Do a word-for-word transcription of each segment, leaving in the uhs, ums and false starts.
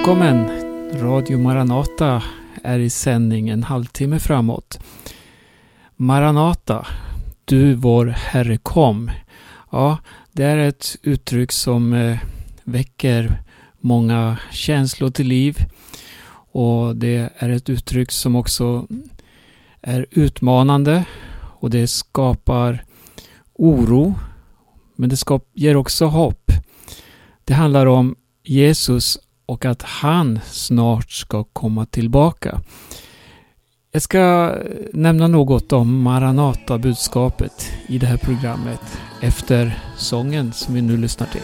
Välkommen! Radio Maranata är i sändning en halvtimme framåt. Maranata, du vår Herre kom. Ja, det är ett uttryck som eh, väcker många känslor till liv. Och det är ett uttryck som också är utmanande. Och det skapar oro. Men det skap- ger också hopp. Det handlar om Jesus och att han snart ska komma tillbaka. Jag ska nämna något om Maranata-budskapet i det här programmet efter sången som vi nu lyssnar till.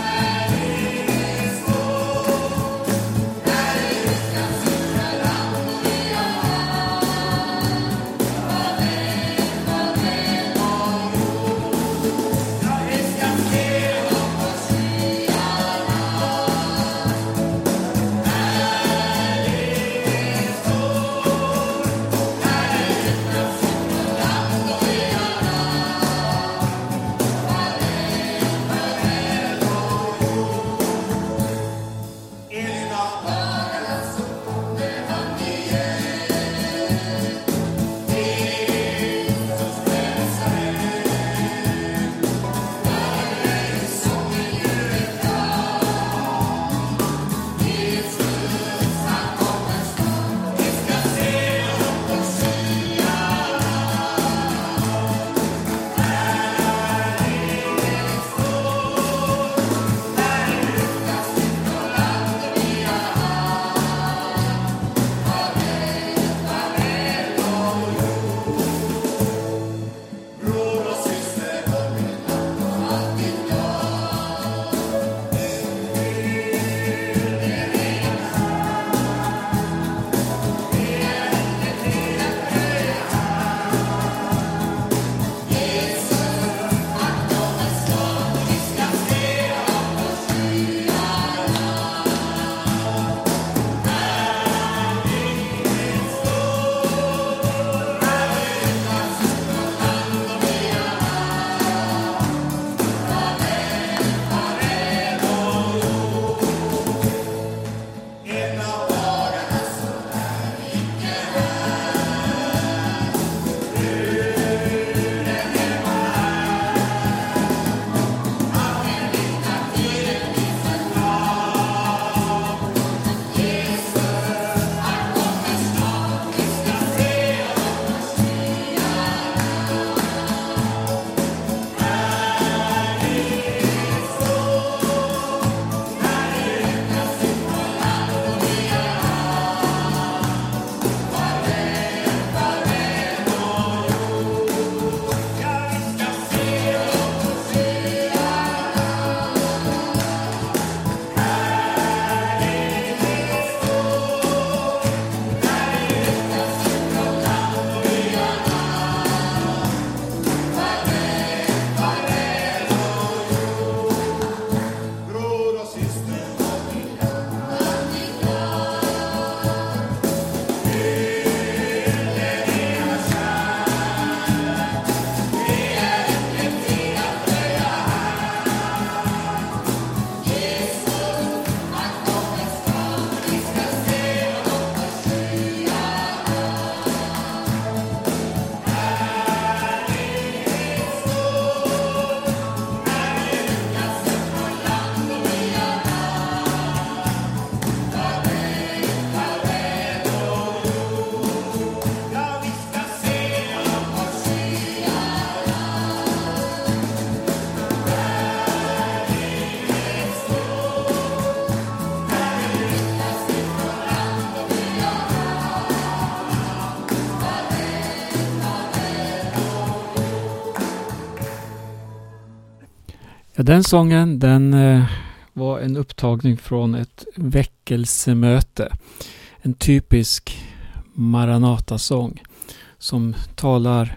Ja, den sången den eh, var en upptagning från ett väckelsemöte. En typisk Maranata-sång som talar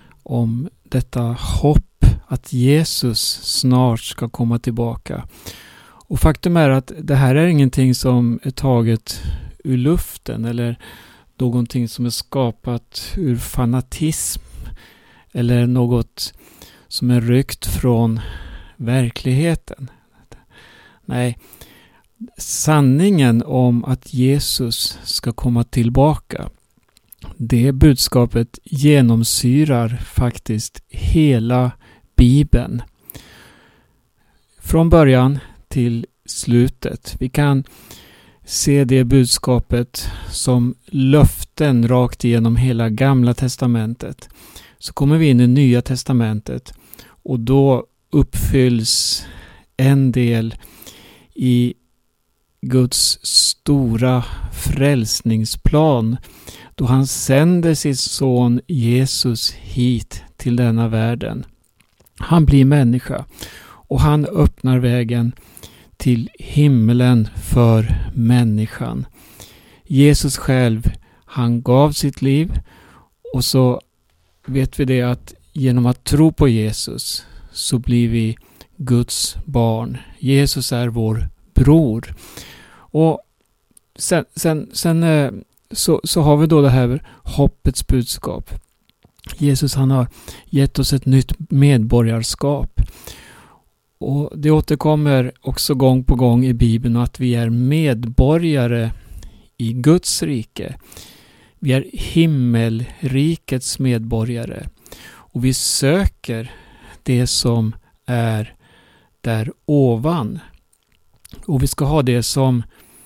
om detta hopp att Jesus snart ska komma tillbaka. Och faktum är att det här är ingenting som är taget ur luften eller någonting som är skapat ur fanatism eller något som är ryckt från verkligheten. Nej, sanningen om att Jesus ska komma tillbaka. Det budskapet genomsyrar faktiskt hela Bibeln. Från början till slutet. Vi kan se det budskapet som löften rakt igenom hela Gamla testamentet. Så kommer vi in i Nya testamentet och då uppfylls en del i Guds stora frälsningsplan då han sänder sin son Jesus hit till denna världen. Han blir människa och han öppnar vägen till himlen för människan. Jesus själv, han gav sitt liv och så vet vi det att genom att tro på Jesus så blir vi Guds barn. Jesus är vår bror. Och sen, sen, sen så, så har vi då det här hoppets budskap. Jesus, han har gett oss ett nytt medborgarskap. Och det återkommer också gång på gång i Bibeln att vi är medborgare i Guds rike. Vi är himmelrikets medborgare. Och vi söker det som är där ovan. Och vi ska ha det som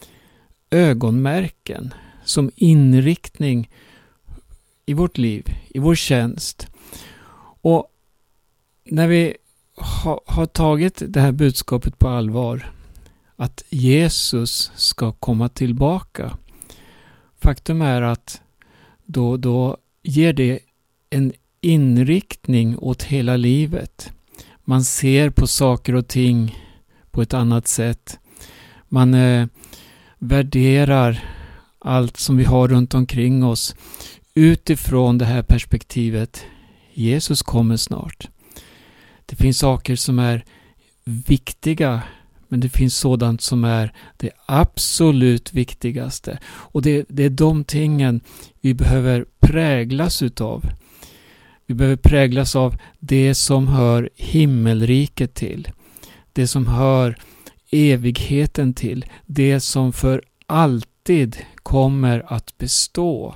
ögonmärken, som inriktning i vårt liv, i vår tjänst. Och när vi ha, har tagit det här budskapet på allvar, att Jesus ska komma tillbaka, faktum är att då, då ger det en inriktning åt hela livet. Man ser på saker och ting på ett annat sätt. Man eh, värderar allt som vi har runt omkring oss utifrån det här perspektivet. Jesus kommer snart. Det finns saker som är viktiga, men det finns sådant som är det absolut viktigaste. Och det, det är de tingen vi behöver präglas utav. Vi behöver präglas av det som hör himmelriket till. Det som hör evigheten till. Det som för alltid kommer att bestå.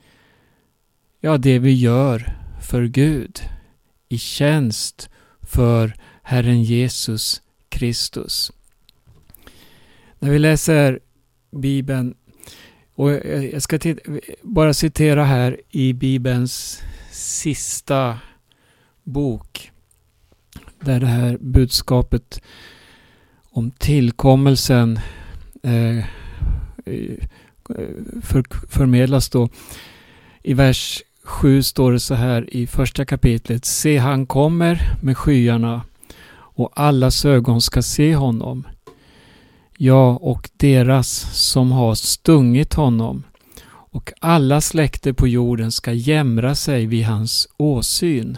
Ja, det vi gör för Gud i tjänst för Herren Jesus Kristus. När vi läser Bibeln, och jag ska t- bara citera här i Bibelns sista bok, där det här budskapet om tillkommelsen eh, för, förmedlas då. I vers sju står det så här i första kapitlet: Se, han kommer med skyarna och allas ögon ska se honom. Ja, och deras som har stungit honom. Och alla släkter på jorden ska jämra sig vid hans åsyn.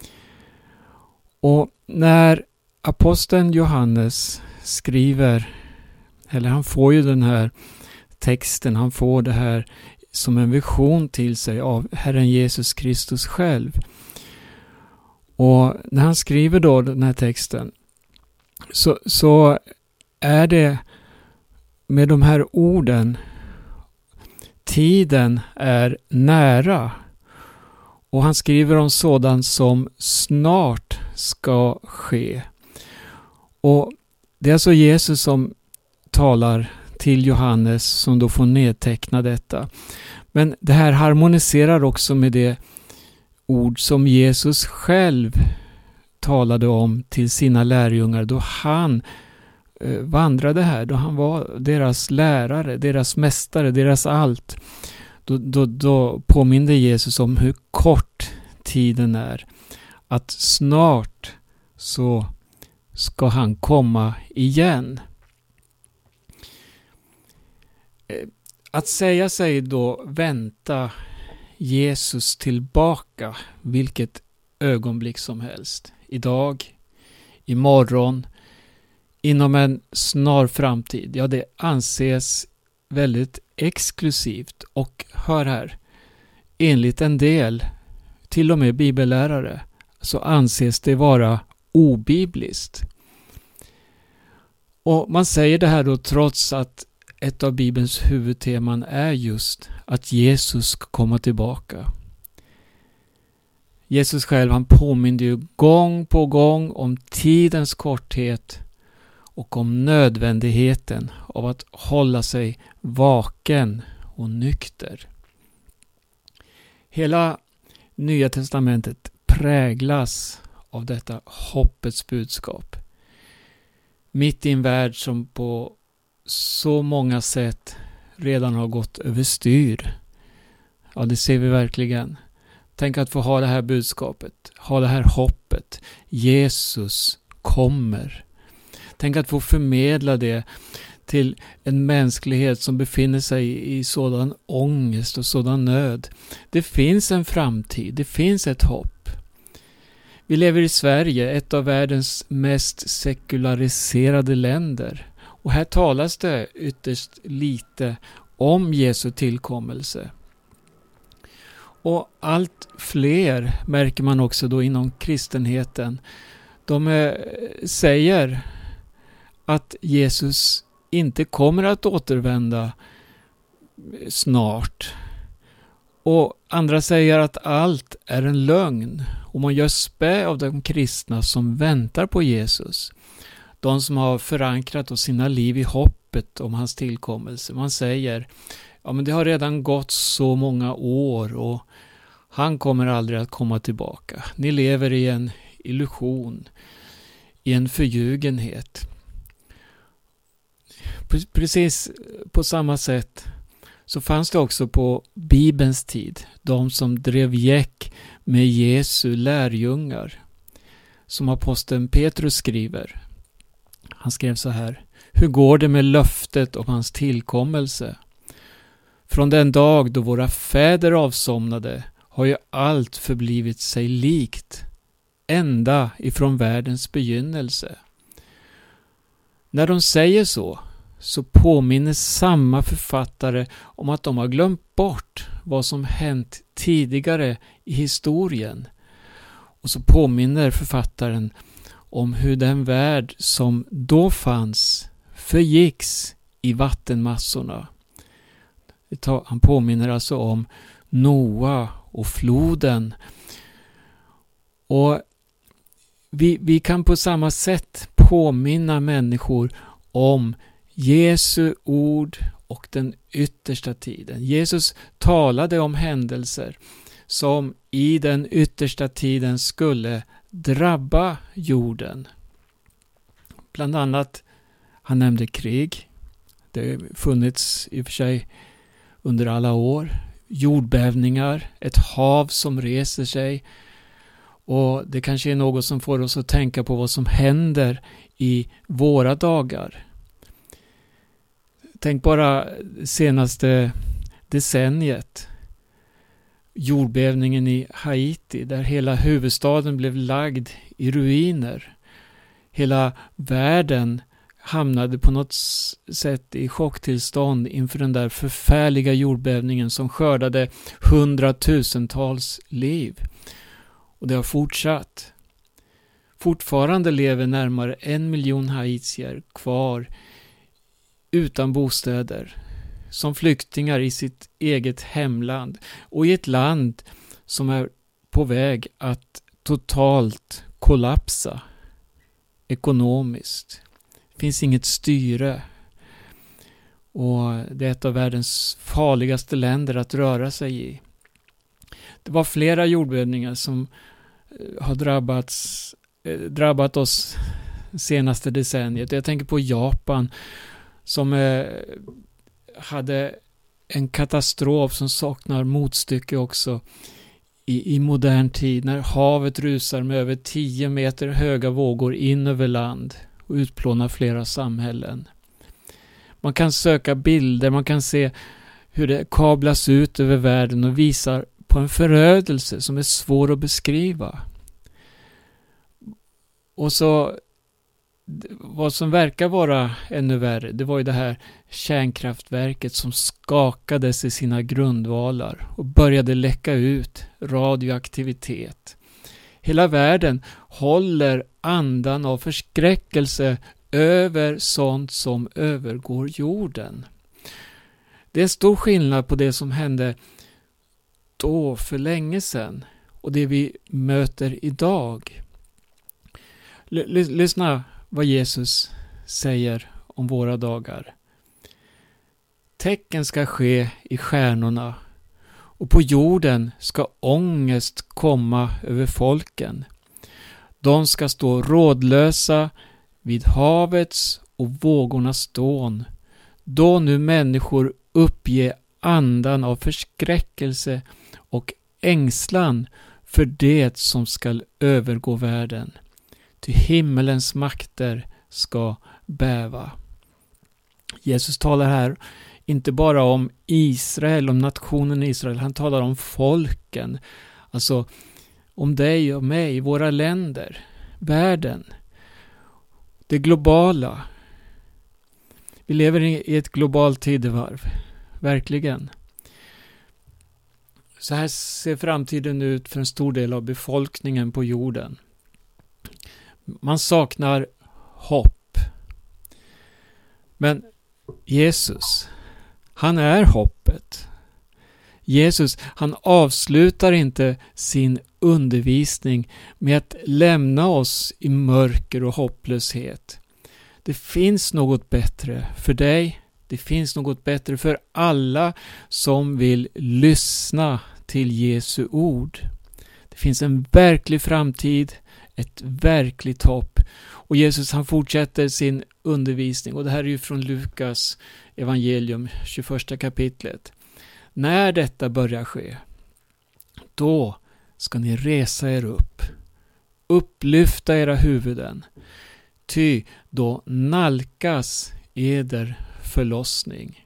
Och när aposteln Johannes skriver, eller han får ju den här texten, han får det här som en vision till sig av Herren Jesus Kristus själv. Och när han skriver då den här texten så, så är det med de här orden: tiden är nära. Och han skriver om sådant som snart ska ske. Och det är alltså Jesus som talar till Johannes som då får nedteckna detta. Men det här harmoniserar också med det ord som Jesus själv talade om till sina lärjungar då han eh, vandrade här, då han var deras lärare, deras mästare, deras allt. Då, då, då påminner Jesus om hur kort tiden är. Att snart så ska han komma igen. Att säga sig då vänta Jesus tillbaka vilket ögonblick som helst. Idag, imorgon, inom en snar framtid. Ja, det anses väldigt exklusivt och hör här, enligt en del, till och med bibellärare, så anses det vara obibliskt. Och man säger det här då trots att ett av Bibelns huvudteman är just att Jesus ska komma tillbaka. Jesus själv, han påminner ju gång på gång om tidens korthet och om nödvändigheten av att hålla sig vaken och nykter. Hela Nya testamentet präglas av detta hoppets budskap. Mitt i en värld som på så många sätt redan har gått överstyr. Ja, det ser vi verkligen. Tänk att få ha det här budskapet, ha det här hoppet. Jesus kommer. Tänk att få förmedla det till en mänsklighet som befinner sig i sådan ångest och sådan nöd. Det finns en framtid, det finns ett hopp. Vi lever i Sverige, ett av världens mest sekulariserade länder. Och här talas det ytterst lite om Jesu tillkommelse. Och allt fler märker man också då inom kristenheten. De eh, säger att Jesus inte kommer att återvända snart. Och andra säger att allt är en lögn. Och man gör spä av de kristna som väntar på Jesus. De som har förankrat sina liv i hoppet om hans tillkommelse. Man säger, ja men det har redan gått så många år och han kommer aldrig att komma tillbaka. Ni lever i en illusion, i en förljugenhet. Precis på samma sätt så fanns det också på Bibelns tid de som drev gäck med Jesu lärjungar. Som aposteln Petrus skriver. Han skrev så här: hur går det med löftet om hans tillkommelse? Från den dag då våra fäder avsomnade har ju allt förblivit sig likt, ända ifrån världens begynnelse. När de säger så, så påminner samma författare om att de har glömt bort vad som hänt tidigare i historien. Och så påminner författaren om hur den värld som då fanns förgicks i vattenmassorna. Han påminner alltså om Noa och floden. Och vi, vi kan på samma sätt påminna människor om Jesu ord och den yttersta tiden. Jesus talade om händelser som i den yttersta tiden skulle drabba jorden. Bland annat, han nämnde krig. Det har funnits i och för sig under alla år. Jordbävningar, ett hav som reser sig. Och det kanske är något som får oss att tänka på vad som händer i våra dagar. Tänk bara senaste decenniet. Jordbävningen i Haiti där hela huvudstaden blev lagd i ruiner. Hela världen hamnade på något sätt i chocktillstånd inför den där förfärliga jordbävningen som skördade hundratusentals liv. Och det har fortsatt. Fortfarande lever närmare en miljon haitier kvar utan bostäder, som flyktingar i sitt eget hemland och i ett land som är på väg att totalt kollapsa ekonomiskt. Det finns inget styre och det är ett av världens farligaste länder att röra sig i. Det var flera jordbävningar som har drabbats, drabbat oss senaste decenniet. Jag tänker på Japan som eh, hade en katastrof som saknar motstycke också i, i modern tid, när havet rusar med över tio meter höga vågor in över land och utplånar flera samhällen. Man kan söka bilder, man kan se hur det kablas ut över världen och visar på en förödelse som är svår att beskriva. Och så vad som verkar vara ännu värre, det var ju det här kärnkraftverket som skakades i sina grundvalar och började läcka ut radioaktivitet. Hela världen håller andan av förskräckelse över sånt som övergår jorden. Det är stor skillnad på det som hände då för länge sedan och det vi möter idag. L- lyssna vad Jesus säger om våra dagar. Tecken ska ske i stjärnorna och på jorden ska ångest komma över folken. De ska stå rådlösa vid havets och vågornas dån, då nu människor uppger andan av förskräckelse och ängslan för det som skall övergå världen. Ty himmelens makter ska bäva. Jesus talar här inte bara om Israel, om nationen Israel. Han talar om folken. Alltså om dig och mig, våra länder, världen. Det globala. Vi lever i ett globalt tidevarv. Verkligen. Så här ser framtiden ut för en stor del av befolkningen på jorden. Man saknar hopp. Men Jesus, han är hoppet. Jesus, han avslutar inte sin undervisning med att lämna oss i mörker och hopplöshet. Det finns något bättre för dig. Det finns något bättre för alla som vill lyssna till Jesu ord. Det finns en verklig framtid, ett verkligt hopp. Och Jesus, han fortsätter sin undervisning. Och det här är ju från Lukas evangelium, tjugoförsta kapitlet. När detta börjar ske, då ska ni resa er upp, upplyfta era huvuden, ty då nalkas eder förlossning.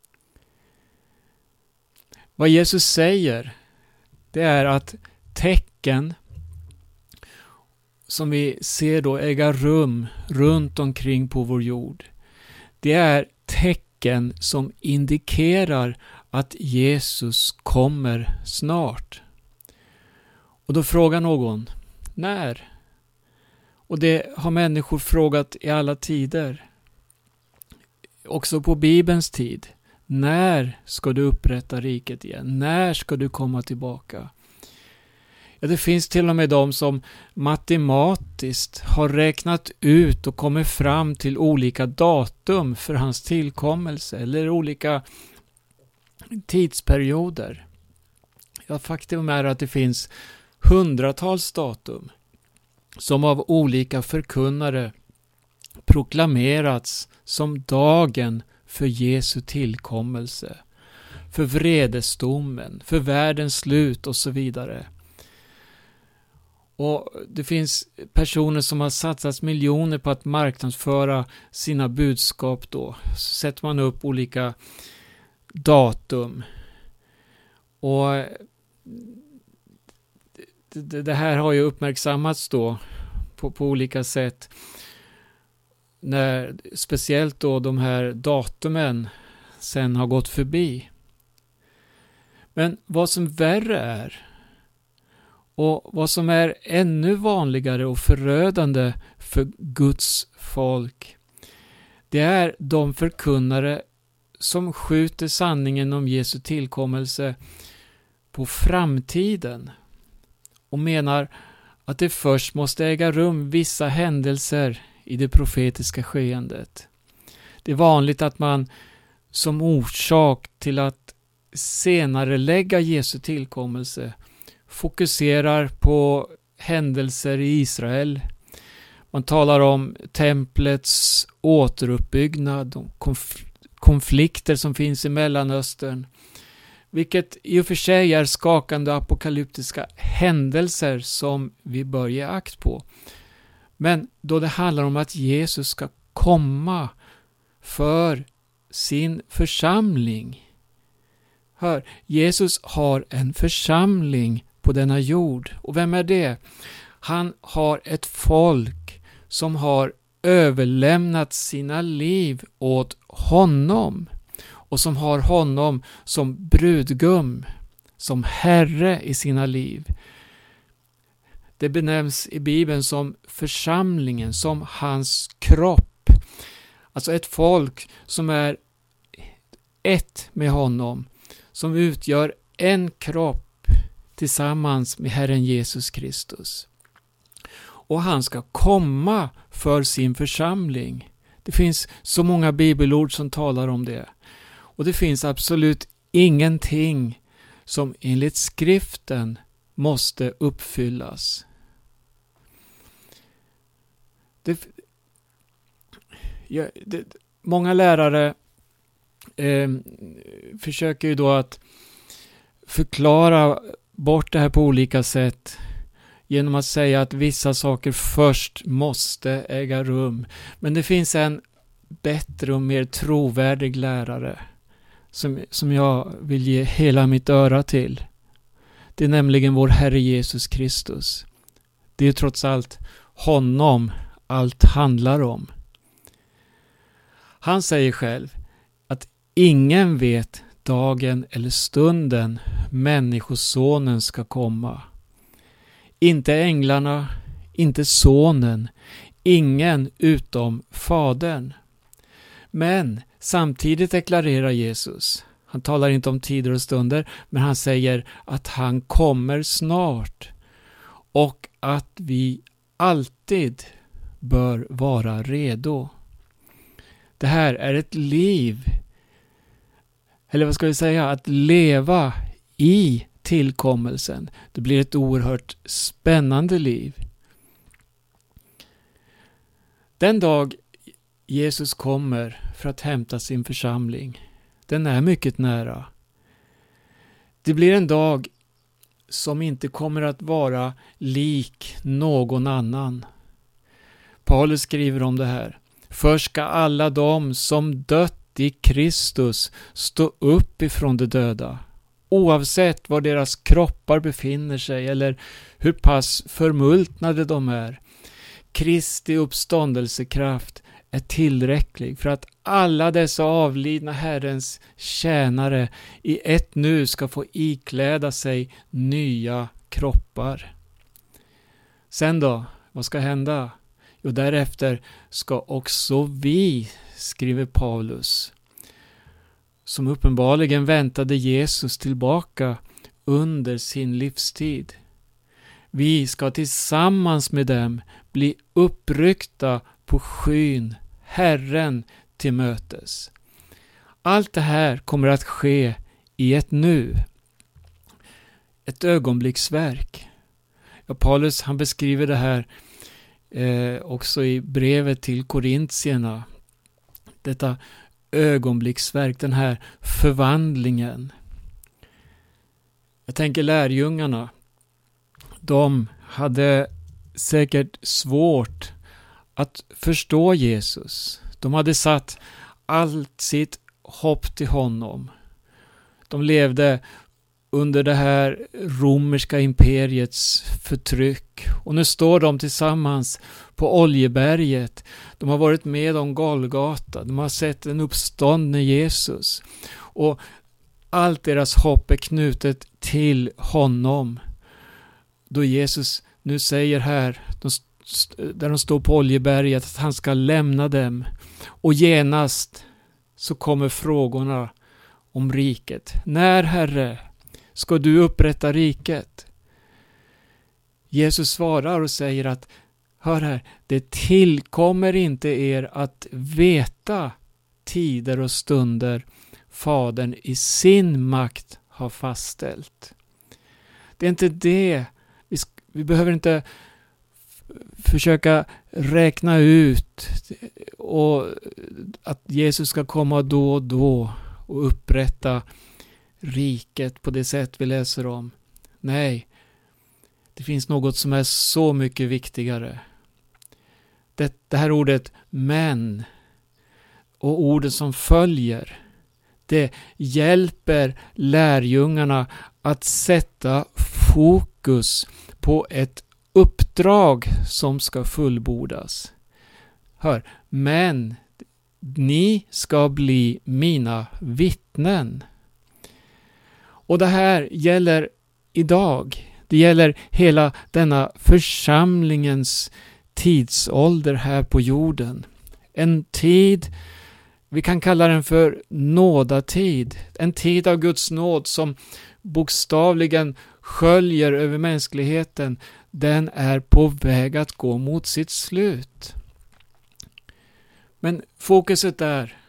Vad Jesus säger, det är att tecken som vi ser då äga rum runt omkring på vår jord, det är tecken som indikerar att Jesus kommer snart. Och då frågar någon, när? Och det har människor frågat i alla tider. Också på Bibelns tid. När ska du upprätta riket igen? När ska du komma tillbaka? Ja, det finns till och med de som matematiskt har räknat ut och kommit fram till olika datum för hans tillkommelse eller olika tidsperioder. Ja, faktum är att det finns hundratals datum som av olika förkunnare proklamerats som dagen för Jesu tillkommelse, för vredesdomen, för världens slut och så vidare. Och det finns personer som har satsat miljoner på att marknadsföra sina budskap då. Så sätter man upp olika datum. Och det, det här har ju uppmärksammats då på, på olika sätt. När speciellt då de här datumen sen har gått förbi. Men vad som värre är och vad som är ännu vanligare och förödande för Guds folk, det är de förkunnare som skjuter sanningen om Jesu tillkommelse på framtiden och menar att det först måste äga rum vissa händelser i det profetiska skeendet. Det är vanligt att man som orsak till att senare lägga Jesu tillkommelse fokuserar på händelser i Israel. Man talar om templets återuppbyggnad, de konf- konflikter som finns i Mellanöstern, vilket i och för sig är skakande apokalyptiska händelser som vi bör ge akt på. Men då det handlar om att Jesus ska komma för sin församling. Hör, Jesus har en församling på denna jord. Och vem är det? Han har ett folk som har överlämnat sina liv åt honom. Och som har honom som brudgum, som herre i sina liv. Det benämns i Bibeln som församlingen, som hans kropp. Alltså ett folk som är ett med honom, som utgör en kropp tillsammans med Herren Jesus Kristus. Och han ska komma för sin församling. Det finns så många bibelord som talar om det. Och det finns absolut ingenting som enligt skriften måste uppfyllas. Det, ja, det, många lärare eh, försöker ju då att förklara bort det här på olika sätt genom att säga att vissa saker först måste äga rum. Men det finns en bättre och mer trovärdig lärare som, som jag vill ge hela mitt öra till. Det är nämligen vår Herre Jesus Kristus. Det är trots allt honom allt handlar om. Han säger själv att ingen vet dagen eller stunden människosonen ska komma. Inte änglarna, inte sonen, ingen utom fadern. Men samtidigt deklarerar Jesus, han talar inte om tider och stunder, men han säger att han kommer snart och att vi alltid bör vara redo. Det här är ett liv, eller vad ska vi säga, att leva i tillkommelsen. Det blir ett oerhört spännande liv. Den dag Jesus kommer för att hämta sin församling, den är mycket nära. Det blir en dag som inte kommer att vara lik någon annan. Paulus skriver om det här. Först ska alla de som dött i Kristus stå upp ifrån de döda, oavsett var deras kroppar befinner sig eller hur pass förmultnade de är. Kristi uppståndelsekraft är tillräcklig för att alla dessa avlidna Herrens tjänare i ett nu ska få ikläda sig nya kroppar. Sen då, vad ska hända? Jo, därefter ska också vi, skriver Paulus, som uppenbarligen väntade Jesus tillbaka under sin livstid. Vi ska tillsammans med dem bli uppryckta på skyn, Herren till mötes. Allt det här kommer att ske i ett nu. Ett ögonblicksverk. Ja, Paulus han beskriver det här eh, också i brevet till korintierna. Detta ögonblicksverk, den här förvandlingen. Jag tänker lärjungarna. De hade säkert svårt att förstå Jesus. De hade satt allt sitt hopp till honom. De levde under det här romerska imperiets förtryck. Och nu står de tillsammans på Oljeberget. De har varit med om Golgata. De har sett en uppståndne Jesus. Och allt deras hopp är knutet till honom. Då Jesus nu säger här, där de står på Oljeberget, att han ska lämna dem. Och genast så kommer frågorna om riket. När, Herre, ska du upprätta riket? Jesus svarar och säger att, hör här, det tillkommer inte er att veta tider och stunder Fadern i sin makt har fastställt. Det är inte det. Vi, vi behöver inte försöka räkna ut och att Jesus ska komma då och då och upprätta riket på det sätt vi läser om. Nej, det finns något som är så mycket viktigare. Det, det här ordet men och orden som följer, det hjälper lärjungarna att sätta fokus på ett uppdrag som ska fullbordas. Hör, men ni ska bli mina vittnen. Och det här gäller idag. Det gäller hela denna församlingens tidsålder här på jorden. En tid, vi kan kalla den för nådatid. En tid av Guds nåd som bokstavligen sköljer över mänskligheten. Den är på väg att gå mot sitt slut. Men fokuset är: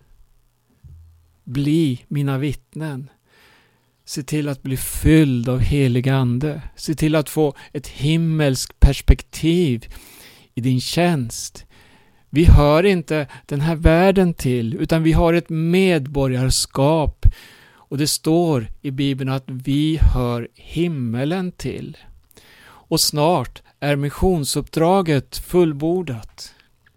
bli mina vittnen. Se till att bli fylld av helig ande. Se till att få ett himmelskt perspektiv i din tjänst. Vi hör inte den här världen till, utan vi har ett medborgarskap. Och det står i Bibeln att vi hör himmelen till. Och snart är missionsuppdraget fullbordat.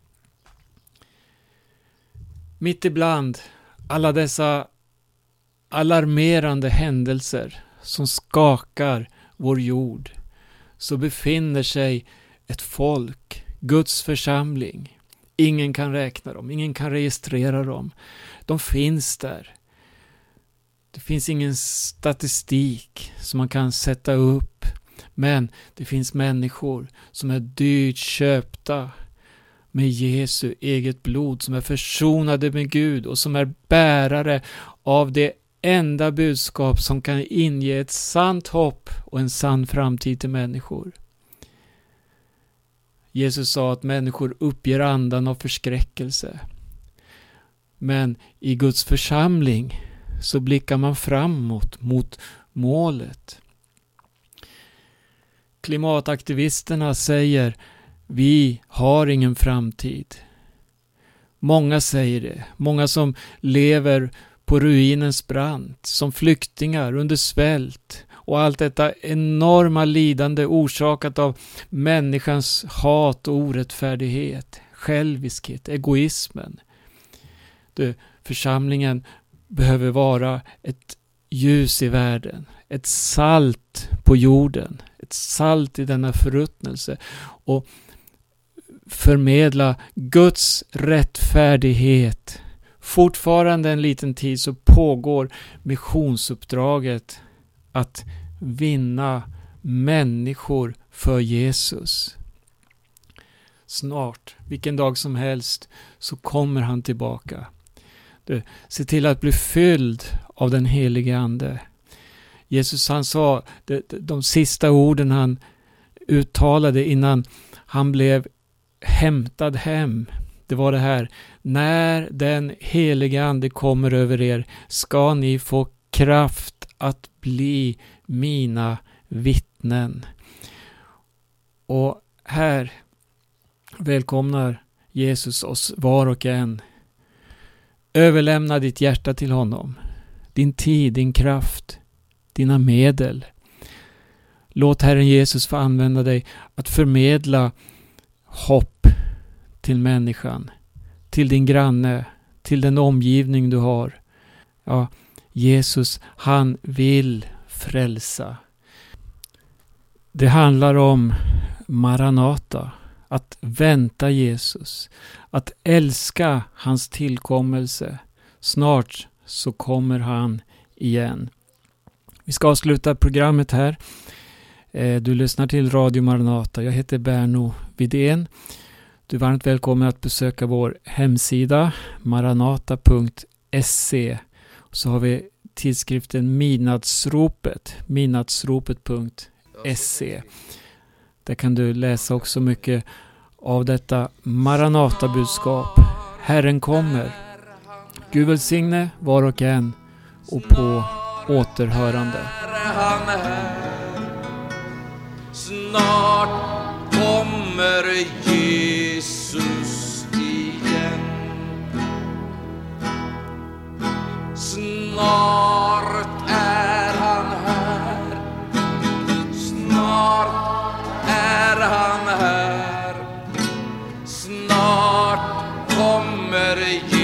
Mitt ibland alla dessa alarmerande händelser som skakar vår jord, så befinner sig ett folk, Guds församling. Ingen kan räkna dem, ingen kan registrera dem. De finns där. Det finns ingen statistik som man kan sätta upp, men det finns människor som är dyrt köpta med Jesu eget blod, som är försonade med Gud och som är bärare av det enda budskap som kan inge ett sant hopp och en sann framtid till människor. Jesus sa att människor uppger andan av förskräckelse. Men i Guds församling så blickar man framåt mot målet. Klimataktivisterna säger: vi har ingen framtid. Många säger det. Många som lever på ruinens brant, som flyktingar under svält, och allt detta enorma lidande orsakat av människans hat och orättfärdighet, själviskhet, egoismen. Det, församlingen behöver vara ett ljus i världen, ett salt på jorden, ett salt i denna förruttnelse, och förmedla Guds rättfärdighet. Fortfarande en liten tid så pågår missionsuppdraget att vinna människor för Jesus. Snart, vilken dag som helst, så kommer han tillbaka. Du, se till att bli fylld av den helige ande. Jesus, han sa de, de sista orden han uttalade innan han blev hämtad hem. Det var det här: när den helige ande kommer över er ska ni få kraft att bli mina vittnen. Och här välkomnar Jesus oss var och en. Överlämna ditt hjärta till honom. Din tid, din kraft, dina medel. Låt Herren Jesus få använda dig att förmedla hopp till människan, till din granne, till den omgivning du har. Ja, Jesus, han vill frälsa. Det handlar om Maranata, att vänta Jesus, att älska hans tillkommelse. Snart så kommer han igen. Vi ska avsluta programmet här. Du lyssnar till Radio Maranata. Jag heter Berno Widén. Du är varmt välkommen att besöka vår hemsida maranata punkt se. Så har vi tidskriften Midnattsropet, midnattsropet punkt se. Där kan du läsa också mycket av detta Maranata-budskap. Herren kommer. Gud välsigne var och en, och på återhörande. Snart kommer Jesus igen. Snart är han här. Snart är han här. Snart kommer Jesus.